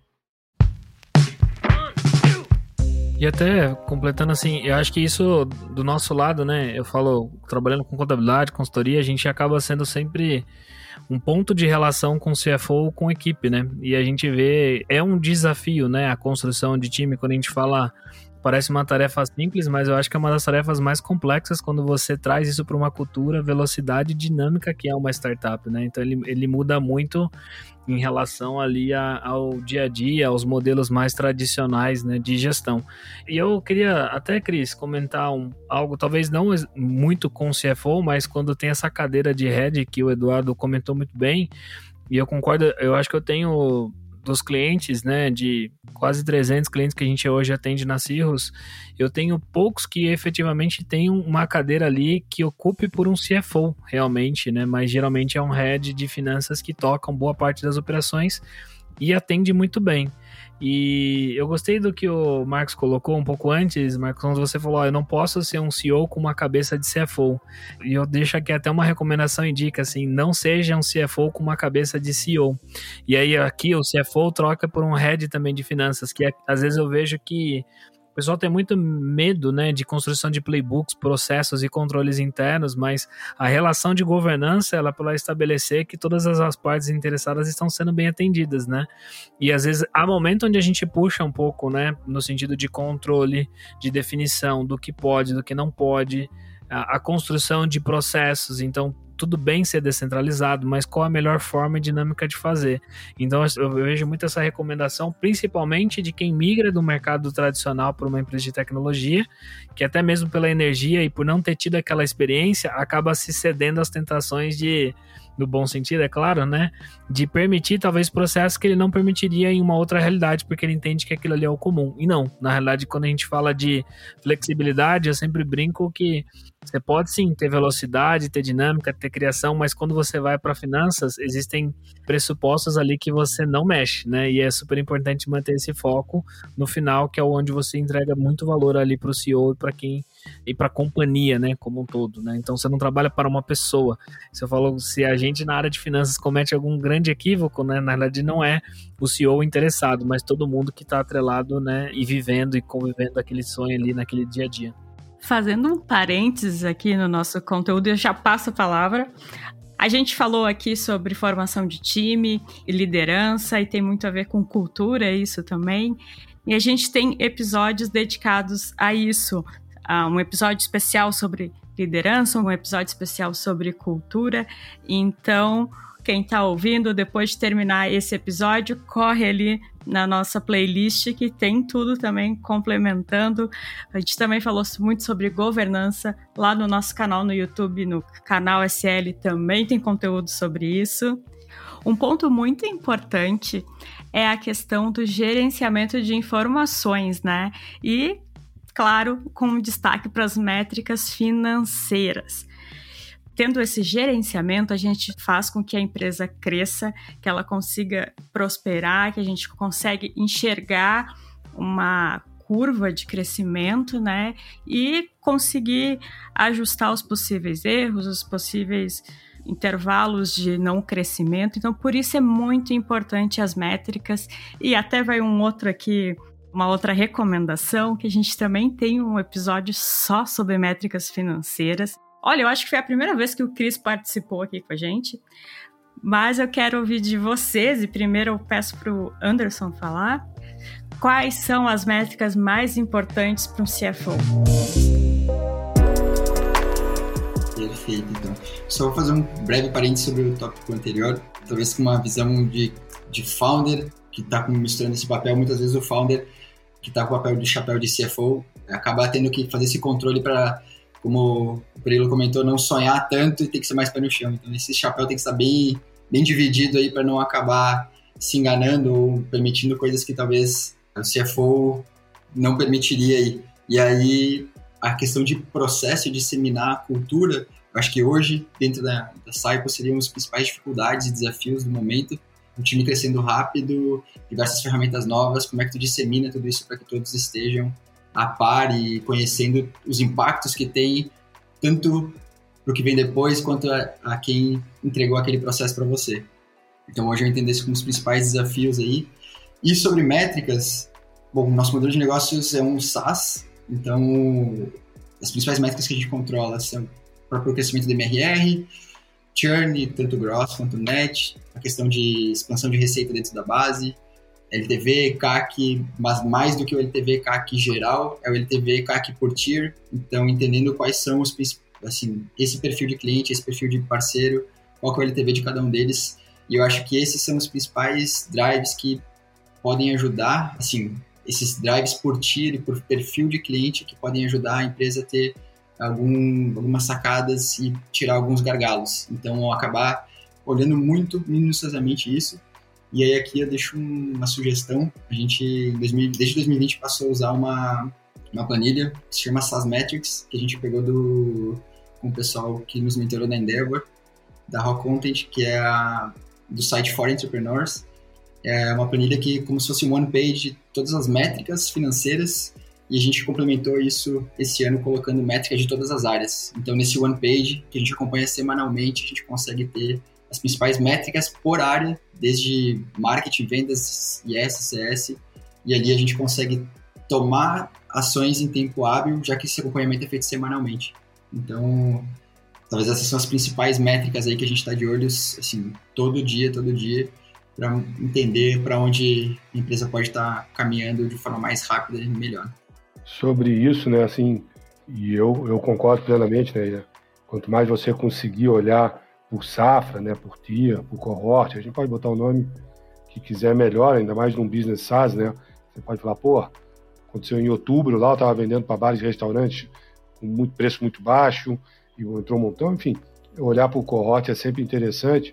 E até completando assim, eu acho que isso do nosso lado, né, eu falo, trabalhando com contabilidade, consultoria, a gente acaba sendo sempre um ponto de relação com o C F O, com a equipe, né, e a gente vê, é um desafio, né, a construção de time, quando a gente fala, parece uma tarefa simples, mas eu acho que é uma das tarefas mais complexas quando você traz isso para uma cultura, velocidade e dinâmica que é uma startup, né, então ele, ele muda muito em relação ali a, ao dia a dia, aos modelos mais tradicionais, né, de gestão. E eu queria até, Cris, comentar um, algo, talvez não muito com o C F O, mas quando tem essa cadeira de head que o Eduardo comentou muito bem, e eu concordo, eu acho que eu tenho dos clientes, né, de quase trezentos clientes que a gente hoje atende na Cirrus, eu tenho poucos que efetivamente tenham uma cadeira ali que ocupe por um C F O realmente, né, mas geralmente é um head de finanças que tocam boa parte das operações e atende muito bem. E eu gostei do que o Marcos colocou um pouco antes, Marcos, quando você falou, ó, eu não posso ser um C E O com uma cabeça de C F O. E eu deixo aqui até uma recomendação e dica, assim, não seja um C F O com uma cabeça de C E O. E aí aqui o C F O troca por um head também de finanças, que é, às vezes eu vejo que o pessoal tem muito medo, né, de construção de playbooks, processos e controles internos, mas a relação de governança, ela é para estabelecer que todas as partes interessadas estão sendo bem atendidas, né? E às vezes há momento onde a gente puxa um pouco, né, no sentido de controle, de definição do que pode, do que não pode, a, a construção de processos, então tudo bem ser descentralizado, mas qual a melhor forma e dinâmica de fazer? Então eu vejo muito essa recomendação, principalmente de quem migra do mercado tradicional para uma empresa de tecnologia, que até mesmo pela energia e por não ter tido aquela experiência, acaba se cedendo às tentações de, no bom sentido, é claro, né, de permitir talvez processos que ele não permitiria em uma outra realidade, porque ele entende que aquilo ali é o comum. E não, na realidade, quando a gente fala de flexibilidade, eu sempre brinco que você pode sim ter velocidade, ter dinâmica, ter criação, mas quando você vai para finanças, existem pressupostos ali que você não mexe, né? E é super importante manter esse foco no final, que é onde você entrega muito valor ali para o C E O e para quem e para a companhia, né, como um todo, né? Então você não trabalha para uma pessoa. Se eu falo, se a gente na área de finanças comete algum grande equívoco, né, na verdade não é o C E O interessado, mas todo mundo que está atrelado, né, e vivendo e convivendo aquele sonho ali naquele dia a dia. Fazendo um parênteses aqui no nosso conteúdo, eu já passo a palavra. A gente falou aqui sobre formação de time e liderança, e tem muito a ver com cultura, isso também. E a gente tem episódios dedicados a isso. Uh, um episódio especial sobre liderança, um episódio especial sobre cultura. Então, quem está ouvindo, depois de terminar esse episódio, corre ali na nossa playlist, que tem tudo também complementando. A gente também falou muito sobre governança lá no nosso canal no YouTube, no canal S L também tem conteúdo sobre isso. Um ponto muito importante é a questão do gerenciamento de informações, né? E, claro, com destaque para as métricas financeiras. Tendo esse gerenciamento, a gente faz com que a empresa cresça, que ela consiga prosperar, que a gente consegue enxergar uma curva de crescimento, né? E conseguir ajustar os possíveis erros, os possíveis intervalos de não crescimento. Então, por isso é muito importante as métricas. E até vai um outro aqui, uma outra recomendação, que a gente também tem um episódio só sobre métricas financeiras. Olha, eu acho que foi a primeira vez que o Cris participou aqui com a gente, mas eu quero ouvir de vocês, e primeiro eu peço para o Anderson falar, quais são as métricas mais importantes para um C F O? Perfeito, então. Só vou fazer um breve parênteses sobre o tópico anterior, talvez com uma visão de, de founder, que está misturando esse papel. Muitas vezes o founder, que está com o papel de chapéu de C F O, acaba tendo que fazer esse controle para, como o Perillo comentou, não sonhar tanto e tem que ser mais pé no chão. Então esse chapéu tem que estar bem, bem dividido aí para não acabar se enganando ou permitindo coisas que talvez o C F O não permitiria aí. E aí a questão de processo, de disseminar a cultura, eu acho que hoje, dentro da, da Cycle, seriam as principais dificuldades e desafios do momento. O time crescendo rápido, diversas ferramentas novas, como é que tu dissemina tudo isso para que todos estejam a par e conhecendo os impactos que tem, tanto para o que vem depois, quanto a, a quem entregou aquele processo para você. Então, hoje eu entendo isso como os principais desafios aí. E sobre métricas, bom, nosso modelo de negócios é um SaaS, então as principais métricas que a gente controla são o próprio crescimento do M R R, churn, tanto gross quanto net, a questão de expansão de receita dentro da base, L T V, C A C, mas mais do que o L T V C A C geral, é o L T V C A C por tier, então entendendo quais são os, assim, esse perfil de cliente, esse perfil de parceiro, qual que é o L T V de cada um deles, e eu acho que esses são os principais drives que podem ajudar, assim, esses drives por tier e por perfil de cliente que podem ajudar a empresa a ter algum, algumas sacadas e tirar alguns gargalos. Então, acabar olhando muito minuciosamente isso. E aí aqui eu deixo uma sugestão. A gente, em dois mil, desde dois mil e vinte, passou a usar uma, uma planilha que se chama SaaS Metrics, que a gente pegou do, com o pessoal que nos mentorou na Endeavor, da Raw Content, que é a, do site For Entrepreneurs. É uma planilha que, como se fosse um one page de todas as métricas financeiras, e a gente complementou isso esse ano colocando métricas de todas as áreas. Então, nesse one page, que a gente acompanha semanalmente, a gente consegue ter as principais métricas por área, desde marketing, vendas, I S, C S, e ali a gente consegue tomar ações em tempo hábil, já que esse acompanhamento é feito semanalmente. Então, talvez essas são as principais métricas aí que a gente está de olho, assim, todo dia, todo dia, para entender para onde a empresa pode estar caminhando de forma mais rápida e melhor. Sobre isso, né, assim, e eu, eu concordo plenamente, né, quanto mais você conseguir olhar por safra, né, por tier, por cohort, a gente pode botar o nome que quiser melhor, ainda mais num business SaaS, né, você pode falar, pô, aconteceu em outubro lá, eu estava vendendo para bares e restaurantes com muito, preço muito baixo, e entrou um montão, enfim, olhar por cohort é sempre interessante,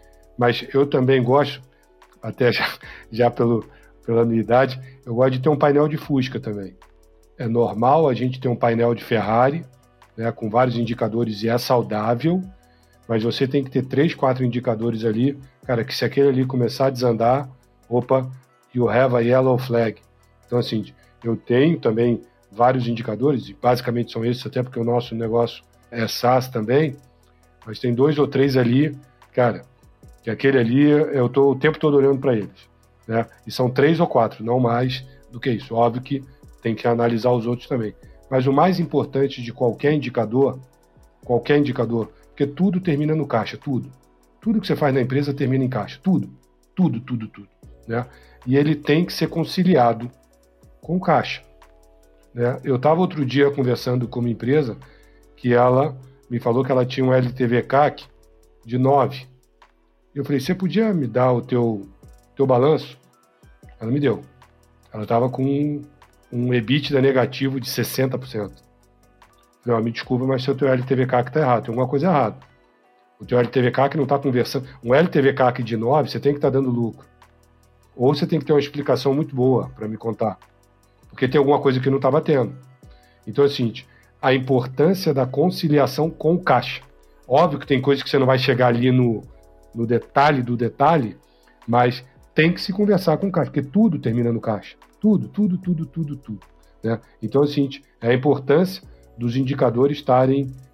mas eu também gosto, até já, já pelo, pela anuidade, eu gosto de ter um painel de Fusca também. É normal a gente ter um painel de Ferrari, né, com vários indicadores, e é saudável, mas você tem que ter três, quatro indicadores ali, cara, que se aquele ali começar a desandar, opa, you have a yellow flag. Então, assim, eu tenho também vários indicadores, e basicamente são esses, até porque o nosso negócio é SaaS também, mas tem dois ou três ali, cara, que aquele ali eu estou o tempo todo olhando para eles, né? E são três ou quatro, não mais do que isso. Óbvio que tem que analisar os outros também. Mas o mais importante de qualquer indicador, qualquer indicador, porque tudo termina no caixa, tudo. Tudo que você faz na empresa termina em caixa, tudo, tudo, tudo, tudo, né? E ele tem que ser conciliado com o caixa, né? Eu estava outro dia conversando com uma empresa que ela me falou que ela tinha um L T V C A C de nove. Eu falei, você podia me dar o teu, teu balanço? Ela me deu. Ela estava com um, um EBITDA negativo de sessenta por cento. Eu falei, oh, me desculpa, mas seu teu L T V C A C está errado, tem alguma coisa errada. O teu L T V C A C não está conversando. Um L T V C A C de nove, você tem que estar tá dando lucro. Ou você tem que ter uma explicação muito boa para me contar. Porque tem alguma coisa que não está batendo. Então é o seguinte, a importância da conciliação com o caixa. Óbvio que tem coisas que você não vai chegar ali no... no detalhe do detalhe, mas tem que se conversar com o caixa, porque tudo termina no caixa. Tudo, tudo, tudo, tudo, tudo. Né? Então, é o seguinte, é a importância dos indicadores estarem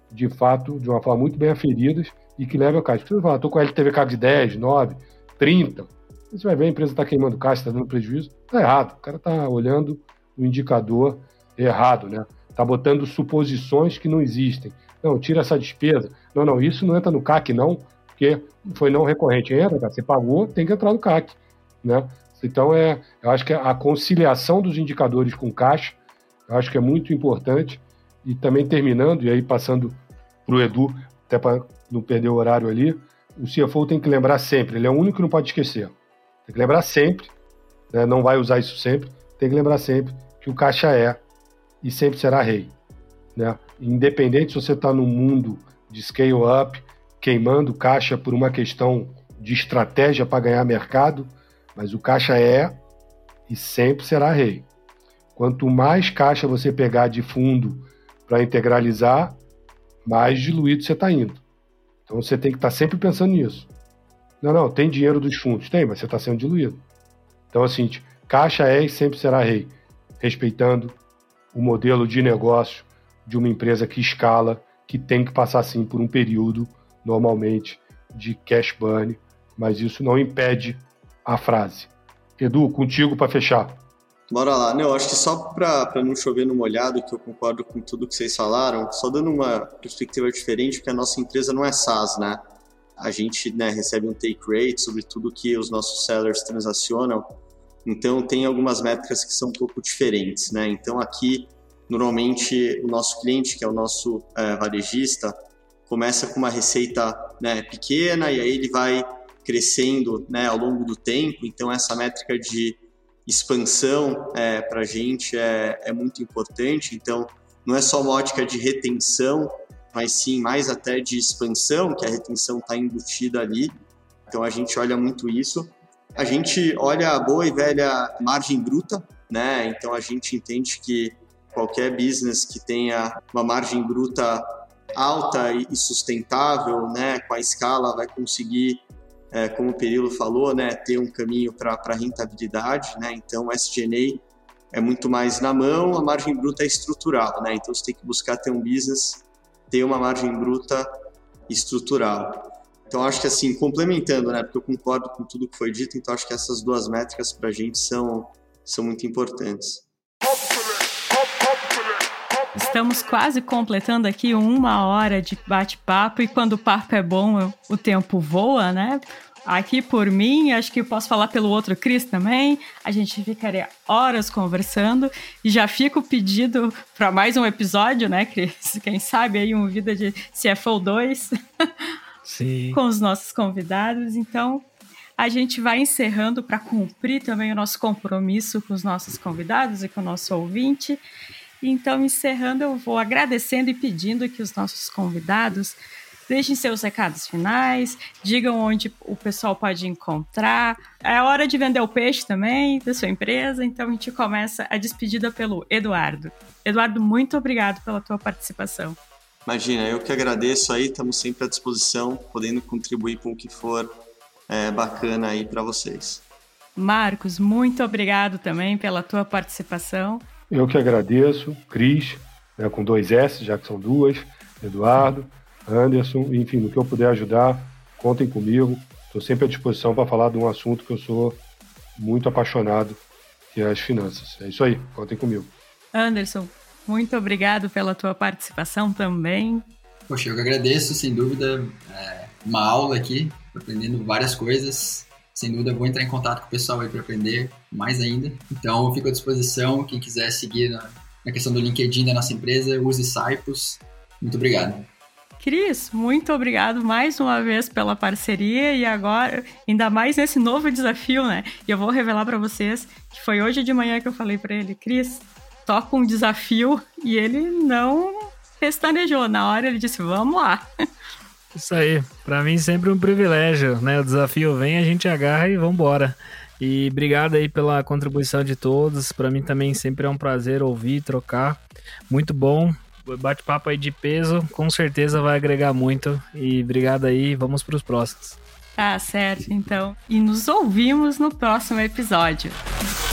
de fato, de uma forma muito bem aferidas e que levem ao caixa. Você vai falar, estou com a L T V C A de dez, nove, trinta. Você vai ver a empresa está queimando caixa, está dando prejuízo. Está errado. O cara está olhando o indicador errado, né? Está botando suposições que não existem. Não, tira essa despesa. Não, não, isso não entra no C A C, não, porque foi não recorrente. Entra, cara, você pagou, tem que entrar no C A C, né? Então, é, eu acho que a conciliação dos indicadores com caixa, eu acho que é muito importante. E também terminando, e aí passando para o Edu, até para não perder o horário ali, o C F O tem que lembrar sempre, ele é o único que não pode esquecer. Tem que lembrar sempre, né, não vai usar isso sempre, tem que lembrar sempre que o caixa é e sempre será rei. Né? Independente se você está num mundo de scale-up, queimando caixa por uma questão de estratégia para ganhar mercado, mas o caixa é e sempre será rei. Quanto mais caixa você pegar de fundo para integralizar, mais diluído você está indo. Então você tem que estar tá sempre pensando nisso. Não, não, tem dinheiro dos fundos? Tem, mas você está sendo diluído. Então, assim, caixa é e sempre será rei, respeitando o modelo de negócio de uma empresa que escala, que tem que passar, sim, por um período, normalmente, de cash burn, mas isso não impede a frase. Edu, contigo para fechar. Bora lá. Não, acho que só para não chover no molhado, que eu concordo com tudo que vocês falaram, só dando uma perspectiva diferente, porque a nossa empresa não é SaaS, né? A gente, né, recebe um take rate sobre tudo que os nossos sellers transacionam, então tem algumas métricas que são um pouco diferentes, né? Então aqui, normalmente, o nosso cliente, que é o nosso é, varejista, começa com uma receita, né, pequena e aí ele vai crescendo, né, ao longo do tempo, então essa métrica de expansão é, para a gente é, é muito importante, então não é só uma ótica de retenção, mas sim mais até de expansão, que a retenção está embutida ali, então a gente olha muito isso. A gente olha a boa e velha margem bruta, né? Então a gente entende que qualquer business que tenha uma margem bruta alta e sustentável, né, com a escala vai conseguir, É, como o Perillo falou, né, ter um caminho para rentabilidade, né, então o S G and A é muito mais na mão, a margem bruta é estrutural, né, então você tem que buscar ter um business, ter uma margem bruta estrutural. Então acho que assim, complementando, né, porque eu concordo com tudo que foi dito, então acho que essas duas métricas para a gente são, são muito importantes. Estamos quase completando aqui uma hora de bate-papo e quando o papo é bom, o tempo voa, né? Aqui por mim, acho que eu posso falar pelo outro Cris também, a gente ficaria horas conversando e já fica o pedido para mais um episódio, né, Cris? Quem sabe aí um Vida de C F O dois Sim. com os nossos convidados. Então, a gente vai encerrando para cumprir também o nosso compromisso com os nossos convidados e com o nosso ouvinte. Então, encerrando, eu vou agradecendo e pedindo que os nossos convidados deixem seus recados finais, digam onde o pessoal pode encontrar. É hora de vender o peixe também da sua empresa, então a gente começa a despedida pelo Eduardo. Eduardo, muito obrigado pela tua participação. Imagina, eu que agradeço aí, estamos sempre à disposição, podendo contribuir com o que for é, bacana aí para vocês. Marcos, muito obrigado também pela tua participação. Eu que agradeço, Cris, né, com dois S, já que são duas, Eduardo, Anderson, enfim, no que eu puder ajudar, contem comigo. Estou sempre à disposição para falar de um assunto que eu sou muito apaixonado, que é as finanças. É isso aí, contem comigo. Anderson, muito obrigado pela tua participação também. Poxa, eu que agradeço, sem dúvida, é uma aula aqui, aprendendo várias coisas. Sem dúvida, vou entrar em contato com o pessoal aí para aprender mais ainda. Então, eu fico à disposição. Quem quiser seguir na, na questão do LinkedIn da nossa empresa, use Saipos. Muito obrigado. Cris, muito obrigado mais uma vez pela parceria e agora, ainda mais nesse novo desafio, né? E eu vou revelar para vocês que foi hoje de manhã que eu falei para ele, Cris, toca um desafio, e ele não pestanejou. Na hora ele disse, vamos lá. Isso aí, pra mim sempre um privilégio, né? O desafio vem, a gente agarra e vambora. E obrigado aí pela contribuição de todos, pra mim também sempre é um prazer ouvir, trocar, muito bom, bate-papo aí de peso, com certeza vai agregar muito, e obrigado aí, vamos pros próximos. Tá certo, então, e nos ouvimos no próximo episódio.